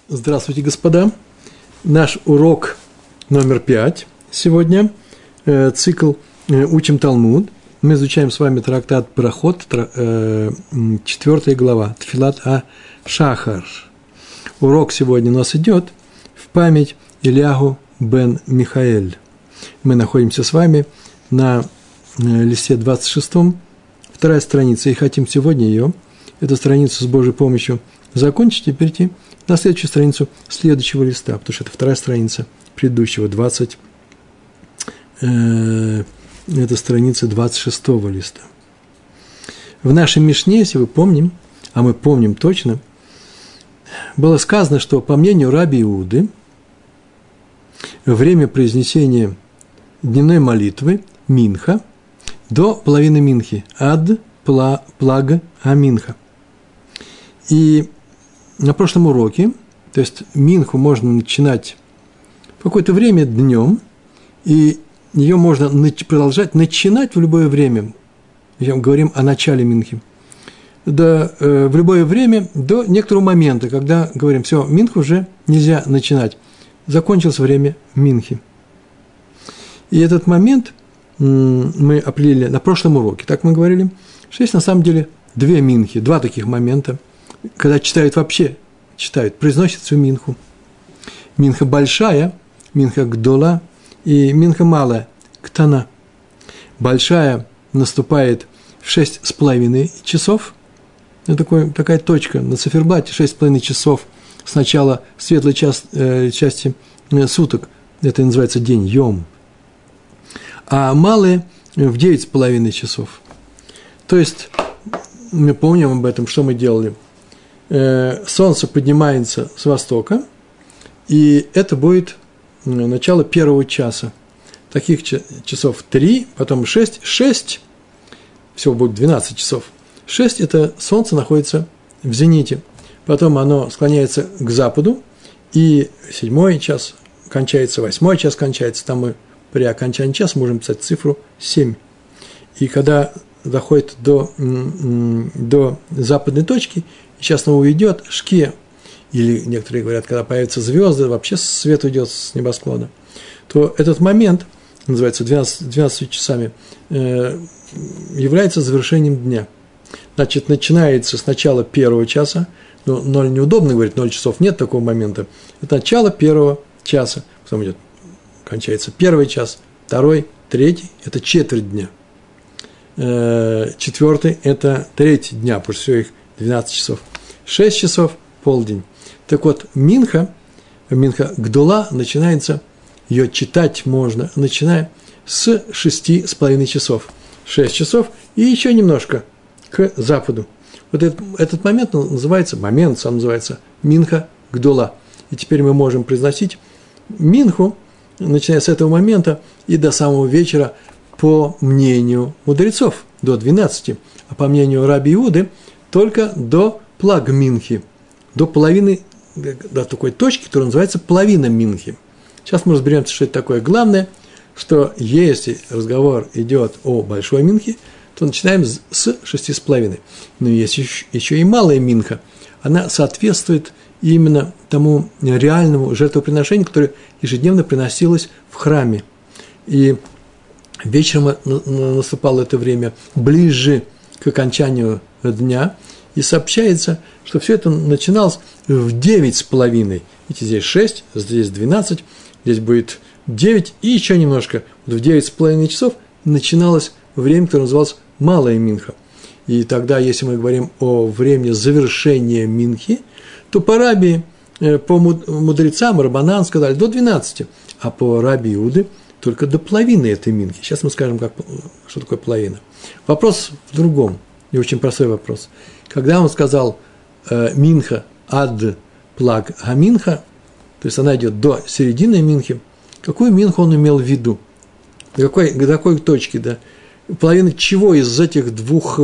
Здравствуйте, господа. Наш урок номер 5 сегодня. Цикл «Учим Талмуд». Мы изучаем с вами трактат Брахот, 4 глава, Тфилат а-Шахар. Урок сегодня у нас идет в память Ильягу бен Михаэль. Мы находимся с вами на листе 26, вторая страница, и хотим сегодня ее, эту страницу с Божьей помощью, закончить и перейти на следующую страницу следующего листа, потому что это вторая страница предыдущего, это страница 26 листа. В нашей Мишне, если вы помним, а мы помним точно, было сказано, что по мнению Раби Иуды, время произнесения дневной молитвы, минха, до половины минхи, ад плаг аминха. И на прошлом уроке, то есть минху можно начинать в какое-то время днем, и ее можно продолжать начинать в любое время. Мы говорим о начале минхи. В любое время до некоторого момента, когда говорим, все, минху уже нельзя начинать. Закончилось время минхи. И этот момент мы определили на прошлом уроке. Так мы говорили, что есть на самом деле две минхи, два таких момента, когда читают, произносят всю минху. Минха большая, минха гдола и минха малая, ктана. Большая наступает в 6,5 часов. Это такая точка на циферблате, 6,5 часов с начала светлой части суток. Это называется день, йом. А малые в 9,5 часов. То есть, мы помним об этом, что мы делали. Солнце поднимается с востока, и это будет начало первого часа. Таких часов 3, потом 6. 6, всего будет 12 часов. 6 – это солнце находится в зените. Потом оно склоняется к западу, и 7 час кончается, 8 час кончается. Там мы при окончании часа можем писать цифру 7. И когда доходит до западной точки, сейчас снова уйдет шкия, или некоторые говорят, когда появятся звезды, вообще свет уйдет с небосклона, то этот момент, называется 12 часами, является завершением дня. Значит, начинается с начала первого часа, но 0 неудобно говорить, 0 часов нет такого момента, это начало первого часа, потом идет, кончается первый час, второй, третий, это четверть дня, четвертый, это третий дня, потому что все их 12 часов. 6 часов – полдень. Так вот, минха гдула начинается, ее читать можно, начиная с 6,5 часов. 6 часов и еще немножко к западу. Вот этот момент сам называется минха гдула. И теперь мы можем произносить минху, начиная с этого момента и до самого вечера, по мнению мудрецов, до 12, а по мнению Раби Иуды, только до плаг минхи, до половины, до такой точки, которая называется половина минхи. Сейчас мы разберемся, что это такое. Главное, что если разговор идет о большой минхе, то начинаем с 6,5. Но есть еще и малая минха. Она соответствует именно тому реальному жертвоприношению, которое ежедневно приносилось в храме. И вечером наступало это время ближе к окончанию дня, и сообщается, что все это начиналось в 9,5. Видите, здесь 6, здесь 12, здесь будет 9 и еще немножко. Вот в 9,5 часов начиналось время, которое называлось малая минха. И тогда, если мы говорим о времени завершения минхи, то по мудрецам, рабанан сказали до 12, а по Раби Иуде только до половины этой минхи. Сейчас мы скажем, что такое половина. Вопрос в другом, и очень простой вопрос. Когда он сказал минха ад плаг аминха, то есть она идет до середины минхи, какую минху он имел в виду? До какой точки, да? Половина чего из этих двух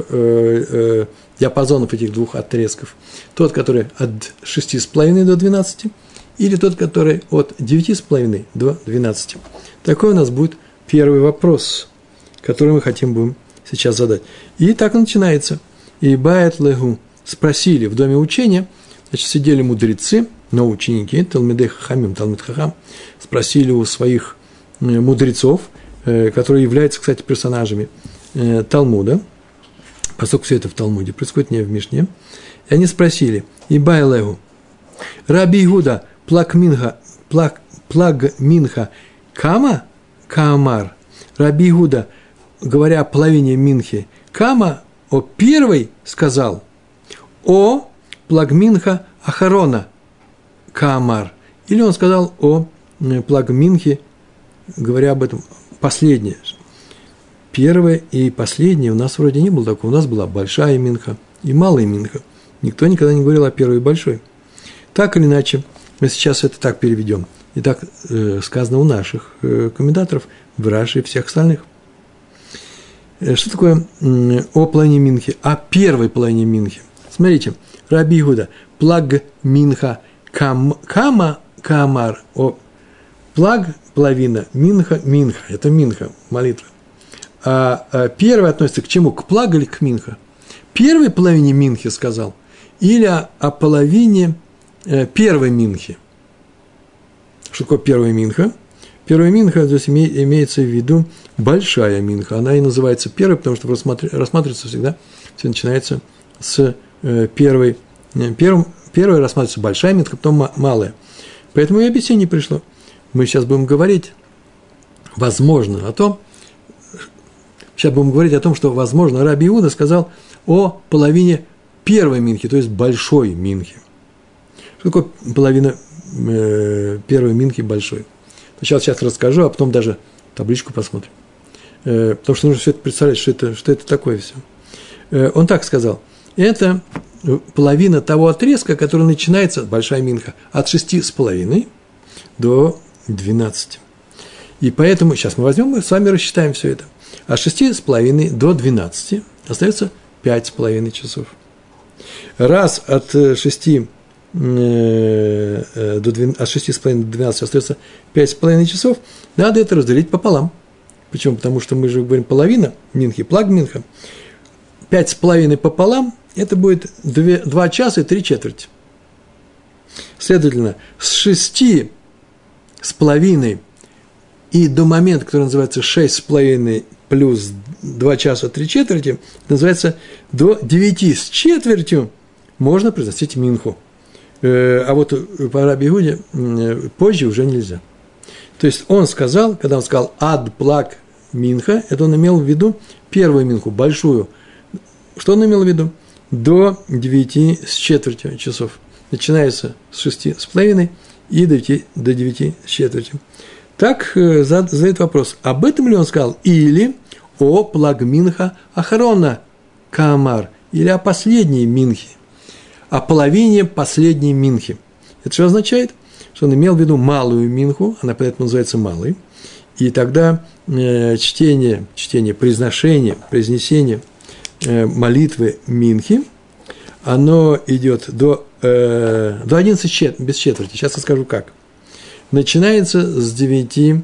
диапазонов, этих двух отрезков? Тот, который от 6,5 до 12, или тот, который от 9,5 до 12? Такой у нас будет первый вопрос, который мы будем сейчас задать. И так начинается. И баэт легу спросили в доме учения, Значит, сидели мудрецы, но ученики, Талмидей Хахамим, Талмид Хахам, спросили у своих мудрецов, которые являются, кстати, персонажами Талмуда, поскольку все это в Талмуде происходит, не в Мишне, и они спросили, Ибай Легу, Раби Игуда, плаг минха кама, каамар, Раби Игуда, говоря о половине минхи, кама, о первой сказал, о плагминха ахарона, каамар, или он сказал о плагминхе, говоря об этом, последнее. Первое и последнее у нас вроде не было такого. У нас была большая минха и малая минха. Никто никогда не говорил о первой и большой. Так или иначе, мы сейчас это так переведем. И так сказано у наших комментаторов, в Раши и всех остальных. Что такое о половине минхи? О первой половине минхи. Смотрите, Раби Игуда, плаг минха кама камар, о плаг половина, минха, это минха, молитва. А первый относится к чему? К плагу или к минха? Первой половине минхи сказал, или о половине первой минхи. Что такое первая минха? Первая минха, здесь имеется в виду большая минха. Она и называется первой, потому что рассматривается всегда, все начинается с первой. Первая рассматривается большая минха, потом малая. Поэтому и объяснение пришло. Мы сейчас будем говорить, возможно, о том, что, возможно, Раби Иуда сказал о половине первой минхи, то есть большой минхи. Что такое половина первой минхи большой? Сейчас расскажу, а потом даже табличку посмотрим. Потому что нужно все это представлять, что это такое все. Он так сказал. Это половина того отрезка, который начинается, большая минха, от 6,5 до 12. И поэтому, сейчас мы возьмем, мы с вами рассчитаем все это. От 6,5 до 12 остается 5,5 часов. Раз от 6,5 до 12 остается 5,5 часов, надо это разделить пополам. Почему? Потому что мы же говорим половина минхи, плаг минха. 5,5 пополам, это будет 2 часа и 3 четверти. Следовательно, с 6,5 и до момента, который называется 6,5 плюс 2 часа 3 четверти, это называется до 9 с четвертью можно произносить минху. А вот по Раби Игуде позже уже нельзя. То есть он сказал, когда он сказал ад плаг минха, это он имел в виду первую минху, большую. Что он имел в виду? До 9 с четвертью часов. Начинается с 6,5 и до 9 с четвертью. Так задает вопрос, об этом ли он сказал? Или о плаг минха ахарона каамар, или о последней минхе, о половине последней минхи. Это что означает? Что он имел в виду малую минху, она поэтому называется малой, и тогда чтение, произнесение молитвы минхи, оно идет до 11 без четверти. Сейчас я скажу как. Начинается с 9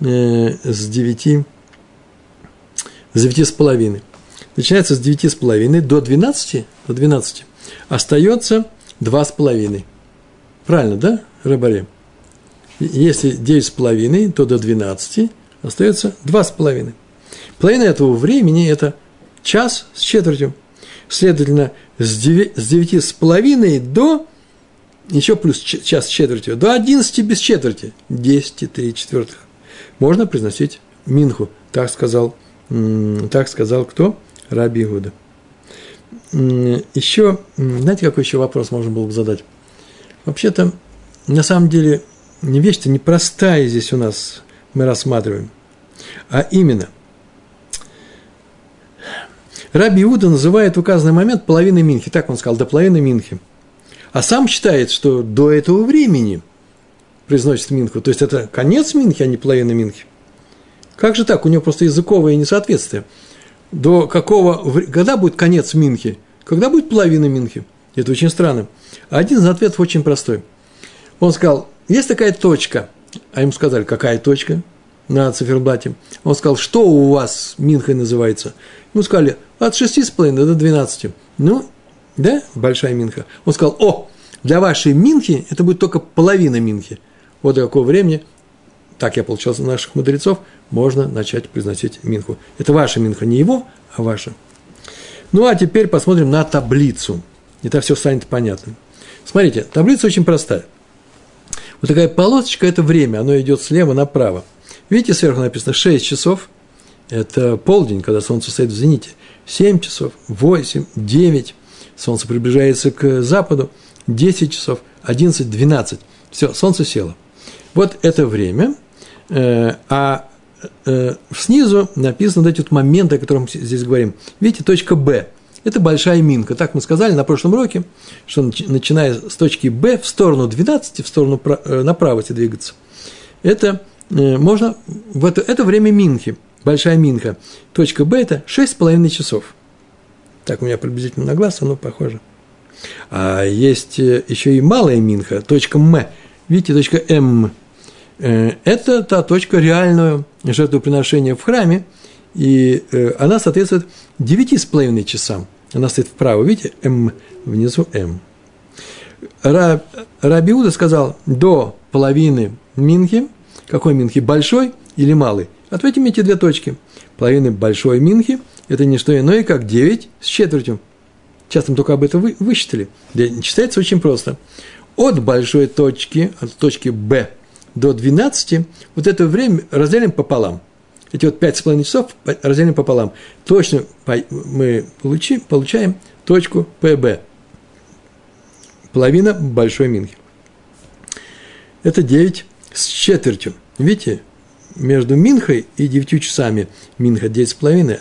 с половиной. Начинается с 9,5 до 12, остается 2,5. Правильно, да, Рабаре? Если 9,5, то до 12 остается 2,5. Половина этого времени – это час с четвертью. Следовательно, с 9,5 до, еще плюс час с четвертью, до 11 без четверти, 10,3. Можно произносить минху. Так сказал кто? Раби Игуда. Еще, знаете, какой еще вопрос можно было бы задать? Вообще-то, на самом деле, вещь-то непростая здесь у нас мы рассматриваем. А именно, Раби Иуда называет в указанный момент половиной минхи. Так он сказал, до половины минхи. А сам считает, что до этого времени произносит минху. То есть, это конец минхи, а не половина минхи. Как же так? У него просто языковое несоответствие. До какого... Когда будет конец минхи? Когда будет половина минхи? Это очень странно. Один из ответов очень простой. Он сказал, есть такая точка. А ему сказали, какая точка на циферблате? Он сказал, что у вас минхой называется? Ему сказали, от 6,5 до 12. Ну, да, большая минха. Он сказал, для вашей минхи это будет только половина минхи. Вот до какого времени, так я получал у наших мудрецов, можно начать произносить минху. Это ваша минха, не его, а ваша. Ну, а теперь посмотрим на таблицу. И так все станет понятным. Смотрите, таблица очень простая. Вот такая полосочка – это время, оно идет слева направо. Видите, сверху написано 6 часов. Это полдень, когда солнце стоит в зените. 7 часов, 8, 9. Солнце приближается к западу. 10 часов, 11, 12. Все, солнце село. Вот это время. Снизу написано вот эти вот моменты, о которых мы здесь говорим. Видите, точка Б. Это большая минха. Так мы сказали на прошлом уроке, что начиная с точки Б в сторону 12, в сторону направо двигаться, это можно, это время минхи, большая минха. Точка Б – это 6,5 часов. Так у меня приблизительно на глаз, оно похоже. А есть еще и малая минха, точка М. Видите, точка М. Это та точка реального жертвоприношения в храме, и она соответствует 9,5 часам. Она стоит вправо, видите, М, внизу М. Раби Иуда сказал, до половины минхи, какой минхи, большой или малый? Ответим эти две точки. Половины большой минхи – это не что иное, как 9 с четвертью. Сейчас мы только об этом высчитали. Читается очень просто. От большой точки, от точки Б до 12, вот это время разделим пополам. Эти вот 5,5 часов разделим пополам. Точно мы получаем точку ПБ. Половина большой минхи. Это 9 с четвертью. Видите, между минхой и 9 часами минха 9,5,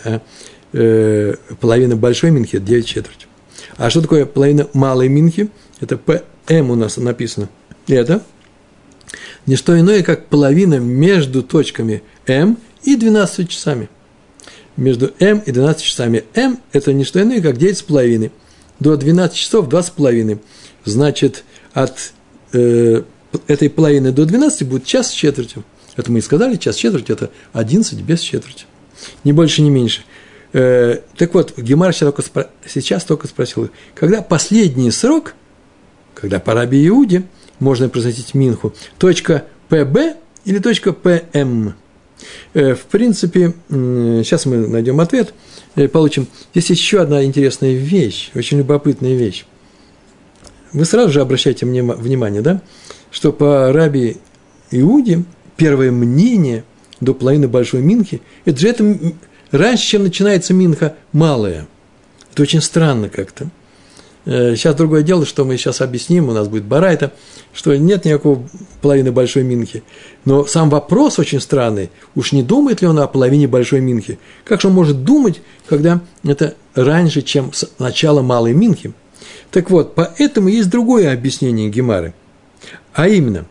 а половина большой минхи – 9 с четвертью. А что такое половина малой минхи? Это ПМ у нас написано. Это не что иное, как половина между точками М и 12 часами. Между М и 12 часами. М – это не что иное, как 9,5. До 12 часов 2,5. Значит, от этой половины до 12 будет час с четвертью. Это мы и сказали, час с четвертью – это 11 без четверти. Ни больше, ни меньше. Так вот, Гемара сейчас только спросил, когда последний срок, когда по Раби Иуде можно произносить минху, точка ПБ или точка ПМ? В принципе, сейчас мы найдем ответ, получим. Здесь еще одна интересная вещь, очень любопытная вещь. Вы сразу же обращайте внимание, да, что по Раби Иуде первое мнение до половины большой минхи, это же это раньше, чем начинается минха малая. Это очень странно как-то. Сейчас другое дело, что мы сейчас объясним, у нас будет барайта, что нет никакого половины большой минхи. Но сам вопрос очень странный. Уж не думает ли он о половине большой минхи? Как же он может думать, когда это раньше, чем с начала малой минхи? Так вот, поэтому есть другое объяснение Гемары. А именно,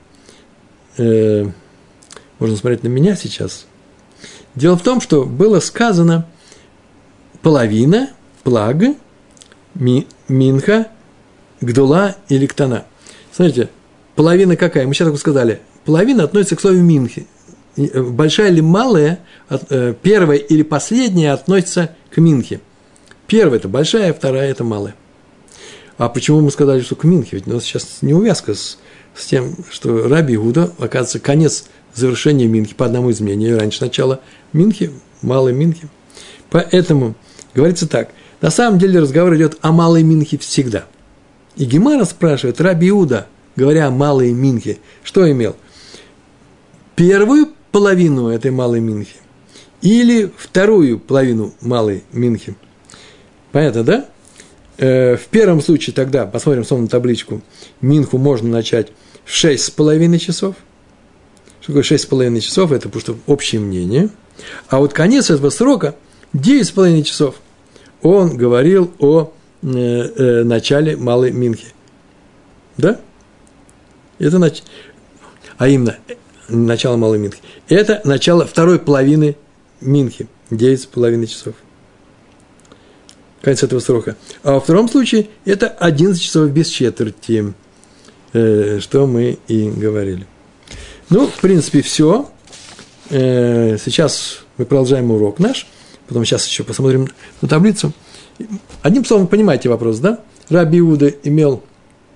можно смотреть на меня сейчас. Дело в том, что было сказано половина, плаг, минха, гдула или ктана. Смотрите, половина какая? Мы сейчас только сказали. Половина относится к слову минхи. Большая или малая, первая или последняя относится к минхе. Первая – это большая, вторая – это малая. А почему мы сказали, что к минхе? Ведь у нас сейчас неувязка с тем, что Раби Иуда, оказывается, конец завершения минхи по одному из мнений. Раньше начала минхи, малой минхи. Поэтому говорится так. На самом деле разговор идет о малой минхе всегда. И Гемара спрашивает, Раби Иуда, говоря о малой минхе, что имел? Первую половину этой малой минхи или вторую половину малой минхи? Понятно, да? В первом случае тогда, посмотрим снова на табличку, минху можно начать в 6,5 часов. Что такое 6,5 часов? Это просто общее мнение. А вот конец этого срока 9,5 часов. Он говорил о начале малой минхи. Да? Это а именно, начало малой минхи. Это начало второй половины минхи. 9,5 часов. Конец этого срока. А во втором случае это 11 часов без четверти, что мы и говорили. Ну, в принципе, все. Сейчас мы продолжаем урок наш. Потом сейчас еще посмотрим на таблицу. Одним словом, понимаете вопрос, да? Раби Иуда имел в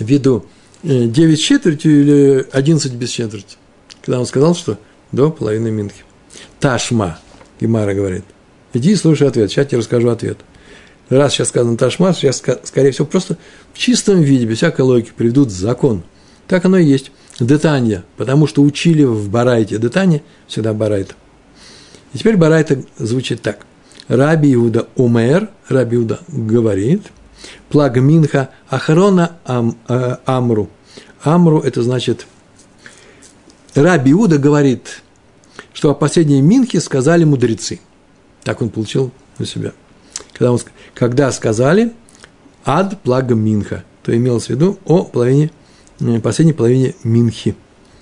виду 9 с четвертью или 11 без четверти? Когда он сказал, что до половины минхи. Ташма, Гемара говорит. Иди и слушай ответ. Сейчас я тебе расскажу ответ. Раз сейчас сказано ташма, сейчас, скорее всего, просто в чистом виде, без всякой логики, приведут закон. Так оно и есть. Детанья, потому что учили в Барайте. Детанья всегда Барайта. И теперь Барайта звучит так. Раби Иуда умер, Раби Иуда говорит, плаг минха ахарона амру. Амру – это значит, Раби Иуда говорит, что о последней минхе сказали мудрецы. Так он получил на себя. Когда сказали ад плаг минха, то имелось в виду о последней половине минхи.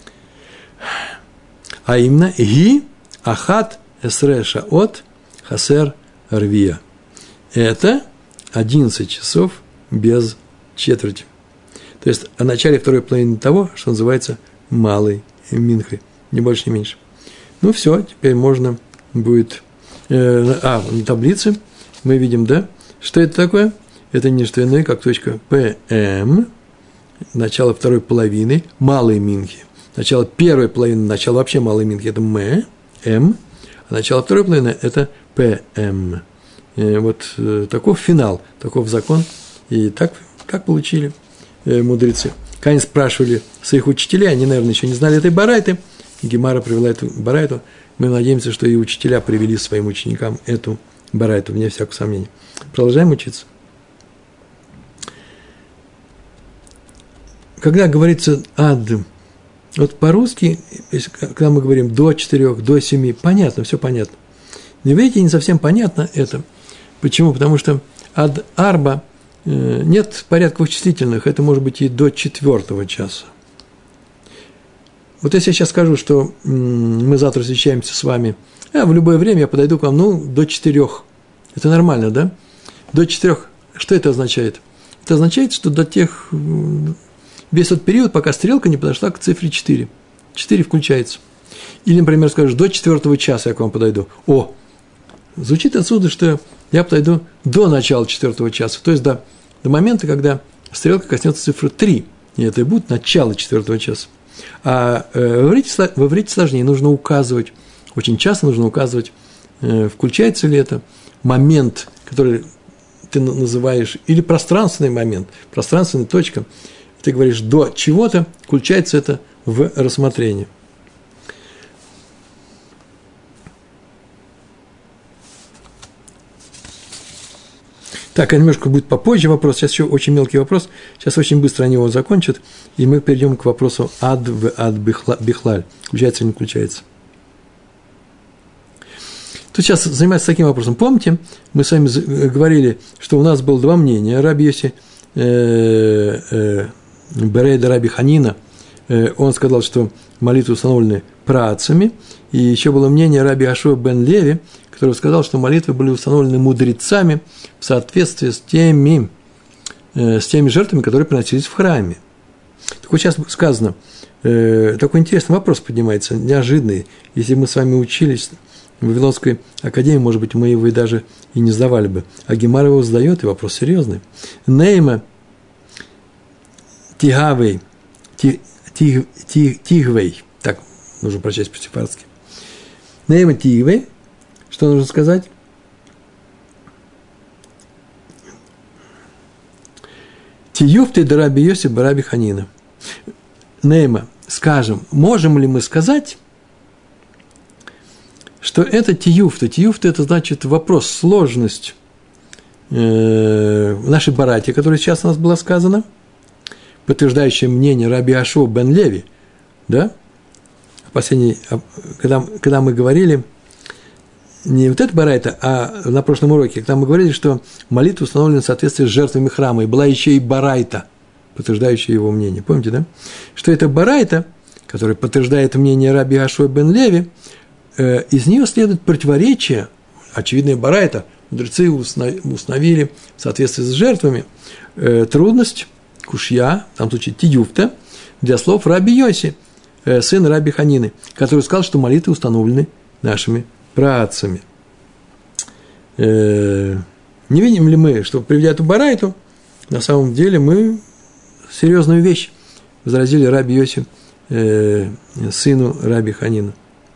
А именно ги ахат эсреша от хасер рвия. Это 11 часов без четверти. То есть о начале второй половины того, что называется малой минхой. Ни больше, ни меньше. Ну все, теперь можно будет... на таблице мы видим, да, что это такое? Это не что иное, как точка ПМ, начало второй половины малой минхи. Начало первой половины, начало вообще малой минхи – это М, а начало второй половины – это ПМ. Вот таков финал, таков закон. И так получили мудрецы. Когда они спрашивали своих учителей, они, наверное, еще не знали этой барайты. Гемара привела эту барайту. Мы надеемся, что и учителя привели своим ученикам эту барайту, вне всякого сомнения. Продолжаем учиться. Когда говорится ад, вот по-русски, когда мы говорим до 4, до 7, понятно, все понятно. Но видите, не совсем понятно это. Почему? Потому что ад арба нет порядков числительных, это может быть и до 4 часа. Вот если я сейчас скажу, что мы завтра встречаемся с вами, в любое время я подойду к вам, до 4. Это нормально, да? До 4. Что это означает? Это означает, что до тех... Весь тот период, пока стрелка не подошла к цифре 4. 4 включается. Или, например, скажешь, до 4 часа я к вам подойду. Звучит отсюда, что я подойду до начала 4 часа. То есть до момента, когда стрелка коснется цифры 3. И это и будет начало 4 часа. А в иврите сложнее. Нужно указывать, очень часто нужно указывать, включается ли это момент, который ты называешь, или пространственный момент, пространственная точка. Ты говоришь до чего-то, включается это в рассмотрение. Так, немножко будет попозже вопрос, сейчас еще очень мелкий вопрос, сейчас очень быстро они его закончат, и мы перейдем к вопросу ад бихлаль, включается или не включается. Тут сейчас занимается таким вопросом. Помните, мы с вами говорили, что у нас было два мнения. Раби Йоси Берейда Раби Ханина, он сказал, что молитвы установлены праотцами, и еще было мнение Раби Ашуа бен Леви, который сказал, что молитвы были установлены мудрецами в соответствии с теми жертвами, которые приносились в храме. Так вот сейчас сказано, такой интересный вопрос поднимается, неожиданный. Если мы с вами учились в Вавилонской академии, может быть, мы его и даже и не сдавали бы. А Гемара его задает, и вопрос серьезный. Нейма Тигавей, Тигвей, так нужно прочесть по-сефардски. Нейма Тигвей, что нужно сказать? Тиюфты да Раби Йоси ба Раби Ханина. Нейма, скажем, можем ли мы сказать, что это тиюфта? Тиюфта – это значит вопрос, сложность нашей барати, которая сейчас у нас была сказана, подтверждающее мнение Раби Ашуа бен Леви, да? Когда мы говорили, не вот это барайта, а на прошлом уроке, когда мы говорили, что молитва установлена в соответствии с жертвами храма, и была еще и барайта, подтверждающая его мнение. Помните, да? Что это барайта, которая подтверждает мнение Раби Ашуа бен Леви, из нее следует противоречие, очевидная барайта, мудрецы установили в соответствии с жертвами, трудность, кушья, в том случае тиюфта, для слов Раби Йоси, сына Раби Ханины, который сказал, что молитвы установлены нашими праотцами. Не видим ли мы, что, приведя эту барайту, на самом деле мы серьезную вещь возразили Раби Йоси, сыну Раби Ханина.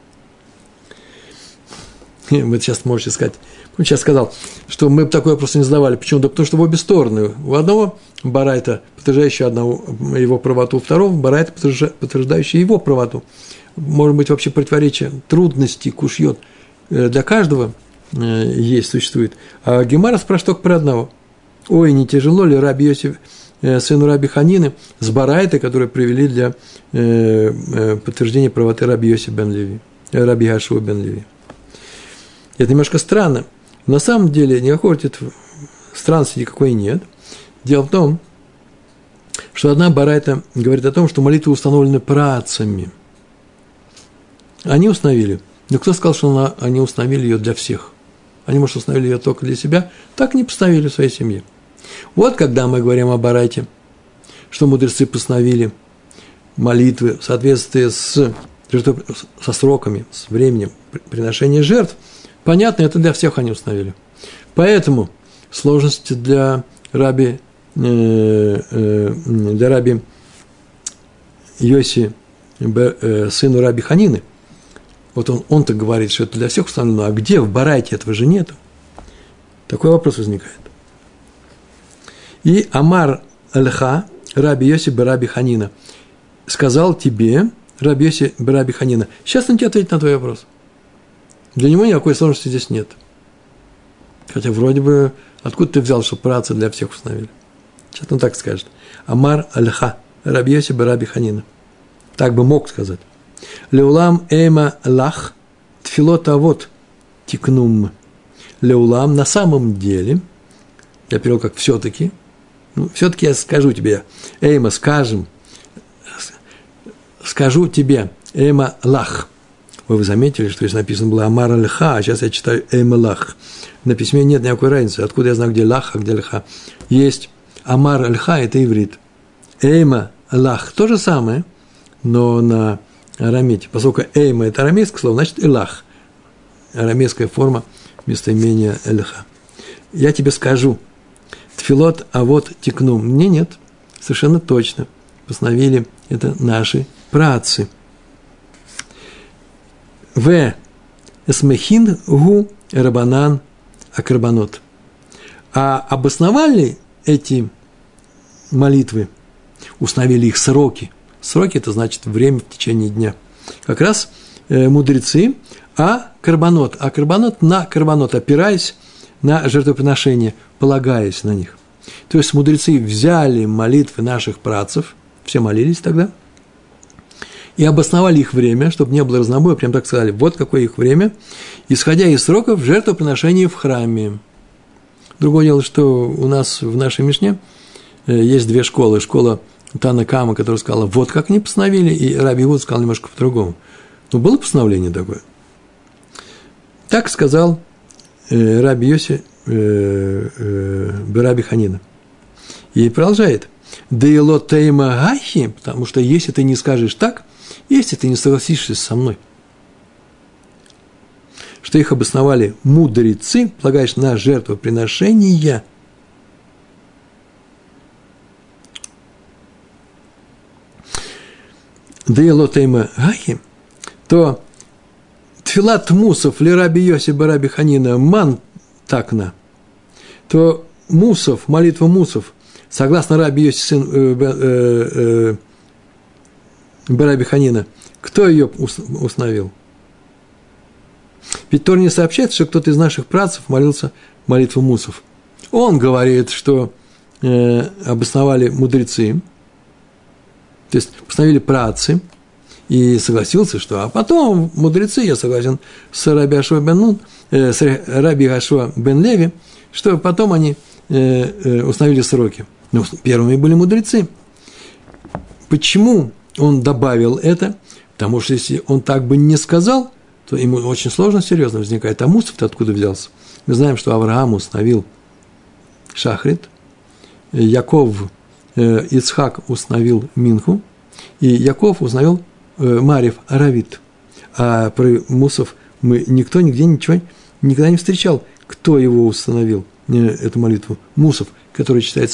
Вы сейчас можете сказать, он сейчас сказал, что мы бы такой вопрос не задавали. Почему? Да потому что в обе стороны. У одного барайта, подтверждающего одного его правоту, у второго барайта, подтверждающего его правоту. Может быть, вообще противоречие, трудности, кушьет для каждого есть, существует. А Гемара спрашивает только про одного. Ой, не тяжело ли Раби Йоси, сыну Раби Ханины, с барайтой, которые привели для подтверждения правоты Раби Йоси бен Леви, Раби Яшуа бен Леви. Это немножко странно. На самом деле никакой странности никакой нет. Дело в том, что одна барайта говорит о том, что молитвы установлены праотцами. Они установили. Но кто сказал, что они установили ее для всех? Они, может, установили ее только для себя, так не поставили в своей семье. Вот когда мы говорим о барайте, что мудрецы постановили молитвы в соответствии со сроками, с временем приношения жертв, понятно, это для всех они установили. Поэтому сложности для раби Йоси, сыну Раби Ханины, вот он-то говорит, что это для всех установлено, а где в барайте этого же нету? Такой вопрос возникает. И Амар Аль-Ха, Раби Йоси Раби Ханина, сказал тебе, Раби Йоси Раби Ханина, сейчас он тебе ответит на твой вопрос. Для него никакой сложности здесь нет. Хотя вроде бы, откуда ты взял, что праотцы для всех установили? Сейчас он так скажет. Амар Аль-Ха, Раби Йоси Раби Ханина. Так бы мог сказать. Леулам эйма лах тфилот авот тикнум. Леулам на самом деле, я перевел как все-таки, все-таки я скажу тебе, эйма, скажу тебе, эйма лах. Вы заметили, что здесь написано было Амар Аль-Ха, а сейчас я читаю эйма лах. На письме нет никакой разницы, откуда я знаю, где лах, а где лха. Есть Амар Аль-Ха, это иврит. Эйма лах, то же самое, но на арамите. Поскольку эйма – это арамейское слово, значит элах. Арамейская форма местоимения эльха. Я тебе скажу, тфилот авот тикнум. Мне нет, совершенно точно. Постановили это наши праотцы. В. Эсмехин гу рабанан акарбанот. А обосновали эти молитвы, установили их сроки. Сроки – это значит время в течение дня. Как раз мудрецы, а карбонот на карбонот, опираясь на жертвоприношение, полагаясь на них. То есть мудрецы взяли молитвы наших праотцев, все молились тогда, и обосновали их время, чтобы не было разнобоя, прям так сказали, вот какое их время, исходя из сроков жертвоприношения в храме. Другое дело, что у нас в нашей Мишне есть две школы. Школа Тана Кама, которая сказала, вот как они постановили, и Раби Иуда сказал немножко по-другому. Но было постановление такое. Так сказал Раби Йоси Раби Ханина. И продолжает. Дейло тейма гахи, потому что если ты не скажешь так, если ты не согласишься со мной, что их обосновали мудрецы, полагаешь на жертвоприношения, Дейло тейма гахи, то тфилат мусов ли Раби Йоси Раби Ханина ман такна, то мусов, молитва мусов, согласно Раби Йоси сын Раби Ханина, кто ее установил? Ведь Тора не сообщает, что кто-то из наших праотцев молился молитву мусов. Он говорит, что обосновали мудрецы, то есть постановили праотцы, и согласился, что а потом мудрецы, я согласен с Раби Яшуа бен Нун, с Раби Яшуа бен Леви, что потом они установили сроки. Но первыми были мудрецы. Почему он добавил это? Потому что если он так бы не сказал, то ему очень сложно, серьезно возникает. А мусов-то откуда взялся? Мы знаем, что Авраам установил шахрит, Яков, Ицхак установил минху, и Яков установил Марев Аравит. А про мусов никто нигде ничего никогда не встречал. Кто его установил, эту молитву? Мусов, который читается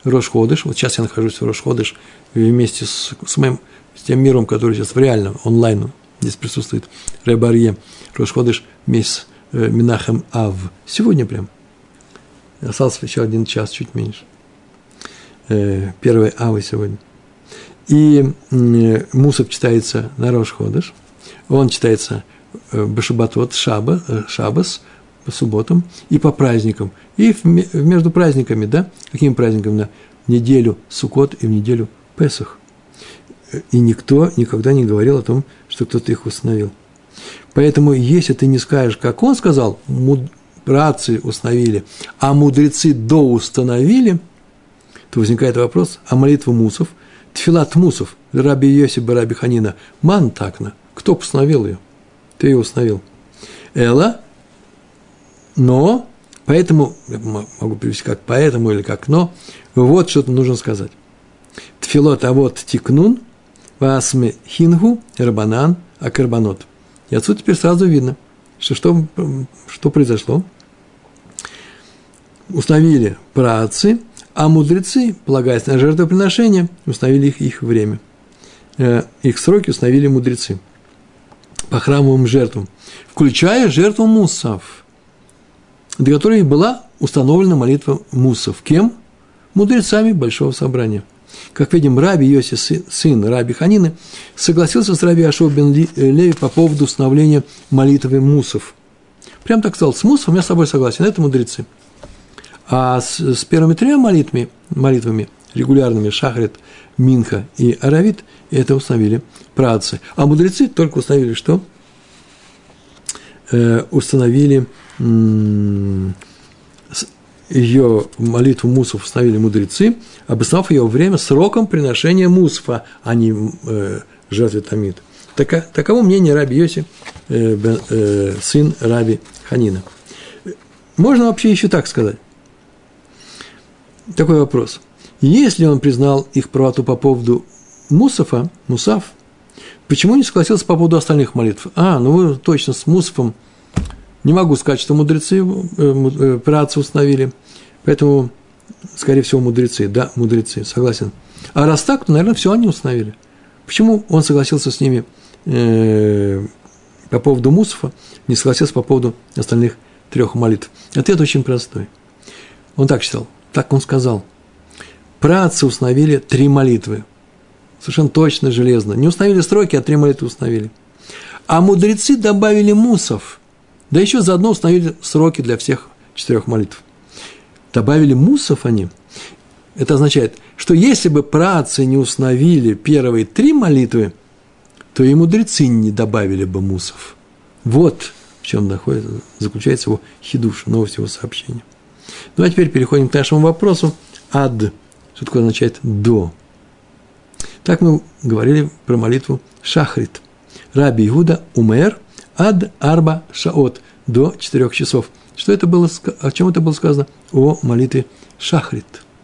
Рош Ходеш. Вот сейчас я нахожусь в Рош Ходеш вместе с тем миром, который сейчас в реальном, онлайн здесь присутствует, Ребе Арье, Рош Ходеш, месяц Менахем Ав. Сегодня прям. Остался еще 1 час, чуть меньше. 1 Авы сегодня. И Мусав читается на Рош Ходеш. Он читается Башабатот, Шабас, по субботам и по праздникам. И между праздниками, да? Какими праздниками? Да? В неделю Суккот и в неделю Песах. И никто никогда не говорил о том, что кто-то их установил. Поэтому, если ты не скажешь, как он сказал, праотцы установили, а мудрецы доустановили, то возникает вопрос, а молитва Мусов, Тфилат Мусов, Раби Йоси Раби Ханина, ман такна, кто постановил ее? Ты ее установил. Эла, но, поэтому, я могу привести как поэтому или как но, вот что-то нужно сказать. Тфилот авот тикнун, васме хингу, рабанан, акарбанот. И отсюда теперь сразу видно, что произошло. Установили праотцы, а мудрецы, полагаясь на жертвоприношение, установили их время. Их сроки установили мудрецы по храмовым жертвам, включая жертву Мусав, до которой была установлена молитва Мусав. Кем? Мудрецами Большого Собрания. Как видим, Раби Йоси, сын Раби Ханины, согласился с Раби Ашуа бен Леви по поводу установления молитвы Мусав. Прям так сказал, с Мусавом я с тобой согласен, это мудрецы. А с первыми 3 молитвами регулярными, Шахрит, Минха и Аравит, это установили праотцы. А мудрецы только установили что? Установили ее молитву Мусов, установили мудрецы, обосновав ее время сроком приношения Мусфа, а не жертвы Тамид. Таково мнение Раби Йоси, сын Раби Ханина. Можно вообще еще так сказать. Такой вопрос. Если он признал их правоту по поводу Мусав, почему не согласился по поводу остальных молитв? Вы точно с Мусафом. Не могу сказать, что мудрецы, праотцы установили. Поэтому, скорее всего, мудрецы. Да, мудрецы, согласен. А раз так, то, наверное, все они установили. Почему он согласился с ними по поводу Мусафа, не согласился по поводу остальных 3 молитв? Ответ очень простой. Он так считал, так он сказал. Праотцы установили 3 молитвы. Совершенно точно, железно. Не установили сроки, а 3 молитвы установили. А мудрецы добавили Мусав. Да еще заодно установили сроки для всех 4 молитв. Добавили Мусав они. Это означает, что если бы праотцы не установили первые 3 молитвы, то и мудрецы не добавили бы Мусав. Вот в чем заключается его хидуш, новость его сообщения. Ну, а теперь переходим к нашему вопросу. Ад. Что такое означает «до»? Так мы говорили про молитву Шахрит. Раби Иуда умер ад арба шаот, до 4 часов. Что это было, о чем это было сказано? О молитве Шахрит.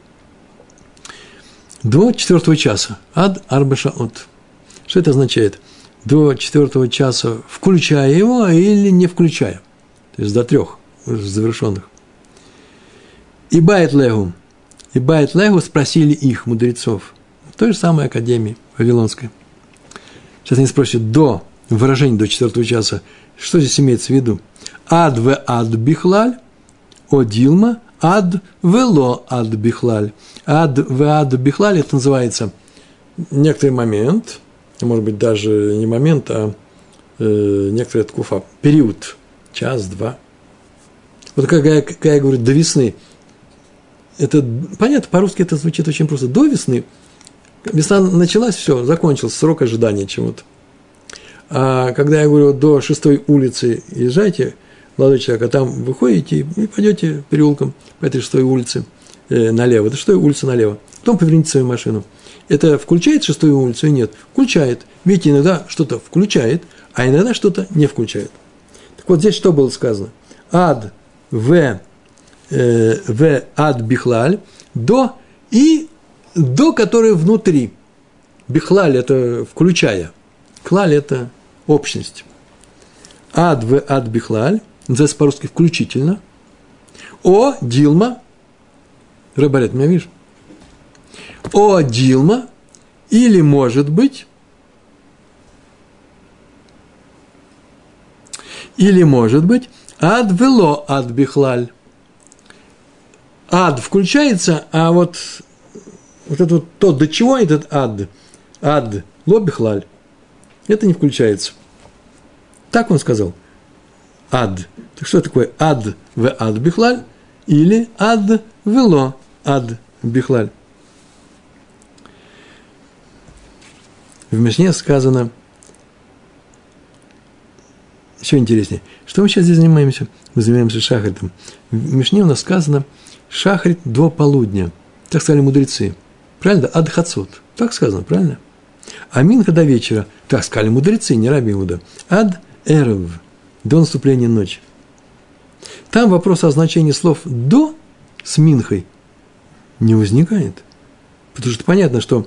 До 4 часа. Ад арба шаот. Что это означает? До 4 часа, включая его или не включая? То есть до 3 завершенных. И Байт Легу спросили их, мудрецов, в той же самой академии Вавилонской. Сейчас они спросят до выражения до 4 часа, что здесь имеется в виду? Ад ве ад бихлаль, о дилма, ад вело ад бихлаль. Ад ве ад бихлаль, это называется некоторый момент, может быть, даже не момент, а некоторый ткуфа, период, час-два. Вот когда я говорю до весны, это понятно, по-русски это звучит очень просто. До весны, весна началась, все, закончился срок ожидания чего-то. А когда я говорю до 6 улицы езжайте, молодой человек, а там вы ходите и пойдете переулком по этой 6 улице налево, это 6 улица налево, потом поверните свою машину. Это включает 6 улицу и нет? Включает. Видите, иногда что-то включает, а иногда что-то не включает. Так вот здесь что было сказано? Ад в ад бихлаль, до и до, которое внутри. Бихлаль – это включая. Клаль – это общность. Ад в ад бихлаль, называется по-русски включительно. О дилма. Рыбарет, меня видишь? О Дилма, или, может быть, ад вело ад бихлаль. Ад включается, а вот это вот то, до чего этот ад ло бихлаль, это не включается. Так он сказал. Ад. Так что такое ад в ад бихлаль или ад вело ад бихлаль? В Мишне сказано еще интереснее. Что мы сейчас здесь занимаемся? Мы занимаемся шахритом. В Мишне у нас сказано шахрит до полудня. Так сказали мудрецы. Правильно? Ад хацот. Так сказано, правильно? А минха до вечера. Так сказали мудрецы, не раби Иуда. Ад эрев. До наступления ночи. Там вопрос о значении слов «до» с минхой не возникает. Потому что понятно, что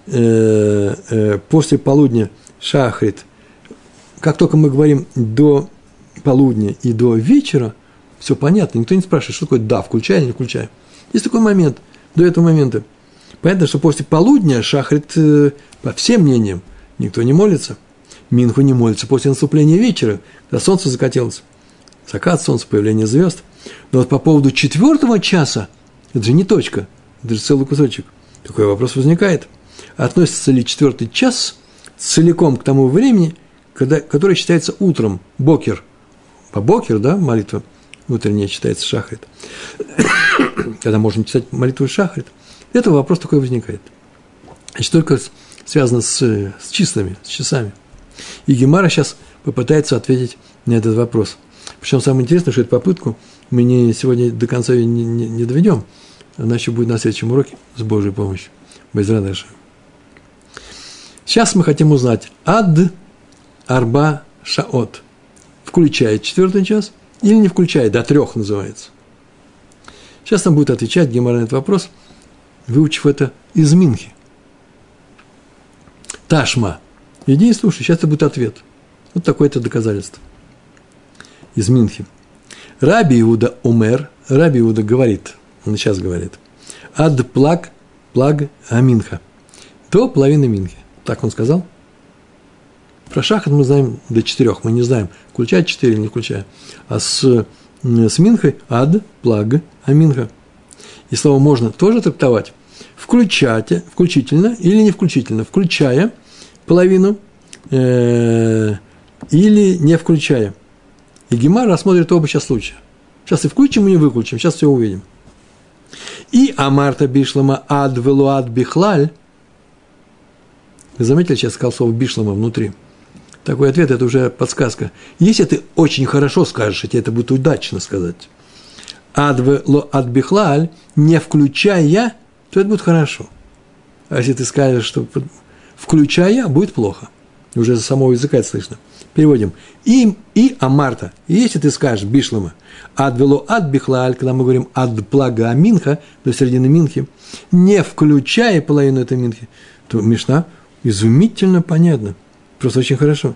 после полудня шахрит, как только мы говорим до полудня и до вечера, все понятно, никто не спрашивает, что такое «да», включай или не включай. Есть такой момент, до этого момента. Понятно, что после полудня шахрит, по всем мнениям, никто не молится. Минху не молится после наступления вечера, когда солнце закатилось. Закат солнца, появление звезд. Но вот по поводу 4 часа, это же не точка, это же целый кусочек. Такой вопрос возникает. Относится ли 4 час целиком к тому времени, которое считается утром, бокер? По бокер, да, молитва утренняя считается шахрит. Когда можно читать молитву шахрит. Это вопрос такой возникает. Значит, только связано с числами, с часами. И Гемара сейчас попытается ответить на этот вопрос. Причем самое интересное, что эту попытку мы сегодня до конца ее не доведем. Она еще будет на следующем уроке с Божьей помощью. Безрат Ашем. Сейчас мы хотим узнать ад арба шаот. Включает 4 час или не включает, до 3 называется. Сейчас нам будет отвечать Гемара на этот вопрос, выучив это из Минхи. Ташма. Иди и слушай, сейчас это будет ответ. Вот такое-то доказательство. Из Минхи. Раби Иуда умер, Раби Иуда говорит, он сейчас говорит, ад плаг аминха. До половины Минхи. Так он сказал. Про шахат мы знаем до 4, мы не знаем, включать 4 или не включая. А с Минхой ад плаг аминха. И слово можно тоже трактовать включительно или не включительно, включая половину или не включая. И Гемара рассмотрит оба сейчас случая. Сейчас и включим, и не выключим, сейчас все увидим. И Амарта бишлама ад велуад бихлаль. Вы заметили, сейчас сказал слово бишлама внутри. Такой ответ – это уже подсказка. Если ты очень хорошо скажешь, и тебе это будет удачно сказать, ад велуад бихлаль, не включая, то это будет хорошо. А если ты скажешь, что включая, будет плохо. Уже за самого языка это слышно. Переводим. И Амарта. И если ты скажешь бишлама, ад вело ад бихлаль, когда мы говорим ад плага аминха, до середины минхи, не включая половину этой минхи, то Мишна изумительно понятно. Просто очень хорошо.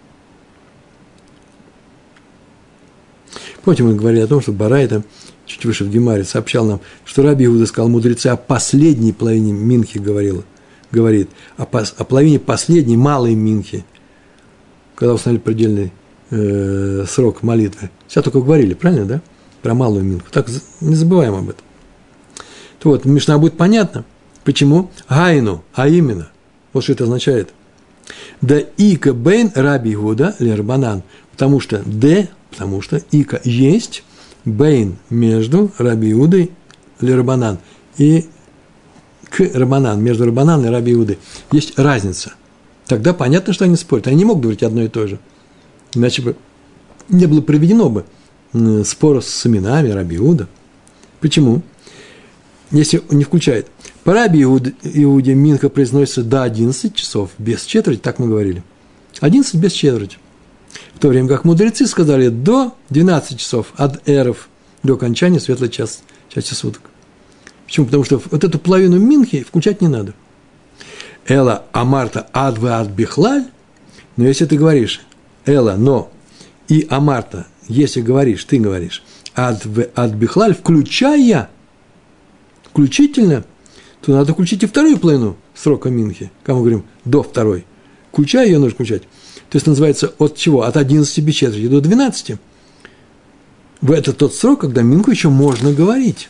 Помните, мы говорили о том, что Барайта, чуть выше в Гемаре, сообщал нам, что Раби Иуда сказал, мудрецы о последней половине минхи говорит, о половине последней малой минхи, когда установили предельный срок молитвы. Сейчас только говорили, правильно, да? Про малую минху. Так не забываем об этом. То вот, Мишна будет понятно. Почему? Гайну, а именно. Вот что это означает. Да ика бейн Раби Иуда лербанан. Потому что ика есть бейн между Раби Иудой лербанан и к рабанан, между рабанан и Раби Иудой. Есть разница. Тогда понятно, что они спорят. Они не могут говорить одно и то же. Иначе бы не было проведено бы спор с именами Раби Иуда. Почему? Если он не включает. По Раби Иуде минха произносится до 11 часов, без четверти, так мы говорили. 11 без четверти. В то время как мудрецы сказали до 12 часов, ад эров, до окончания светлой части суток. Почему? Потому что вот эту половину минхи включать не надо. Эла амарта адве ад бихлаль. Но если ты говоришь эла, но и амарта, если говоришь, ты говоришь адве ад бихлаль, включительно, то надо включить и вторую половину срока Минхи. Как мы говорим, до второй. Включая ее нужно включать. То есть называется от чего? От 11 без четверти до 12. Это тот срок, когда Минху еще можно говорить.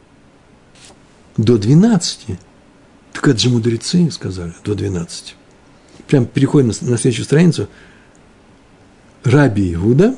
До 12. Так это же мудрецы сказали, до 12. Прям переходим на следующую страницу. Раби Иуда,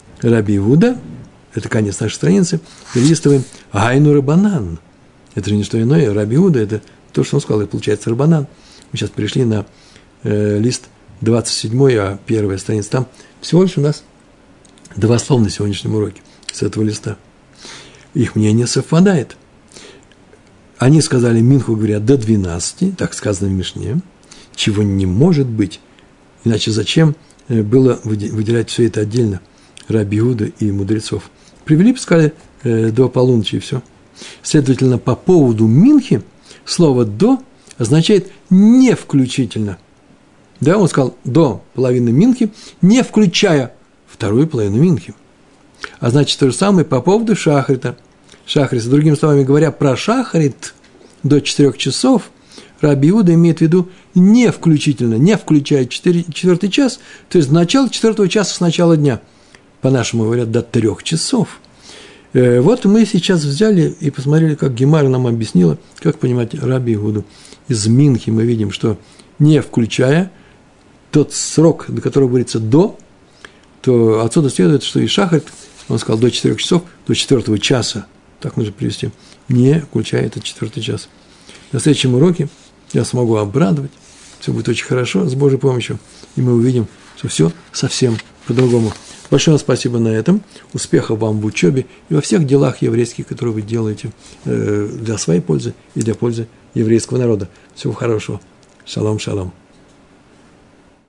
это конец нашей страницы, перелистываем Гайну Рабанан. Это же не что иное, Раби Иуда, это то, что он сказал, и получается Рабанан. Мы сейчас перешли на лист 27, а первая страница там. Всего лишь у нас 2 слова на сегодняшнем уроке с этого листа. Их мнение совпадает. Они сказали, Минху говорят, до 12, так сказано в Мишне, чего не может быть. Иначе зачем было выделять все это отдельно, Раби Иуда и мудрецов? Привели, сказали, до полуночи и все. Следовательно, по поводу Минхи слово «до» означает «не включительно». Да, он сказал «до половины Минхи», не включая вторую половину Минхи. А значит, то же самое по поводу Шахрита. Шахрит, другими словами говоря, про Шахрит до 4 часов Раби Иуда имеет в виду не включительно, не включая 4 час, то есть начало 4 часа с начала дня. По-нашему говорят, до 3 часов. Вот мы сейчас взяли и посмотрели, как Гемара нам объяснила, как понимать Раби Иуду. Из Минхи мы видим, что не включая тот срок, до которого говорится «до», то отсюда следует, что и Шахрит, он сказал, до 4 часов, до 4 часа, так нужно привести, не включая этот 4 час. На следующем уроке я смогу обрадовать, все будет очень хорошо с Божьей помощью, и мы увидим, что все совсем по-другому. Большое вам спасибо на этом, успехов вам в учебе и во всех делах еврейских, которые вы делаете для своей пользы и для пользы еврейского народа. Всего хорошего. Шалом, шалом.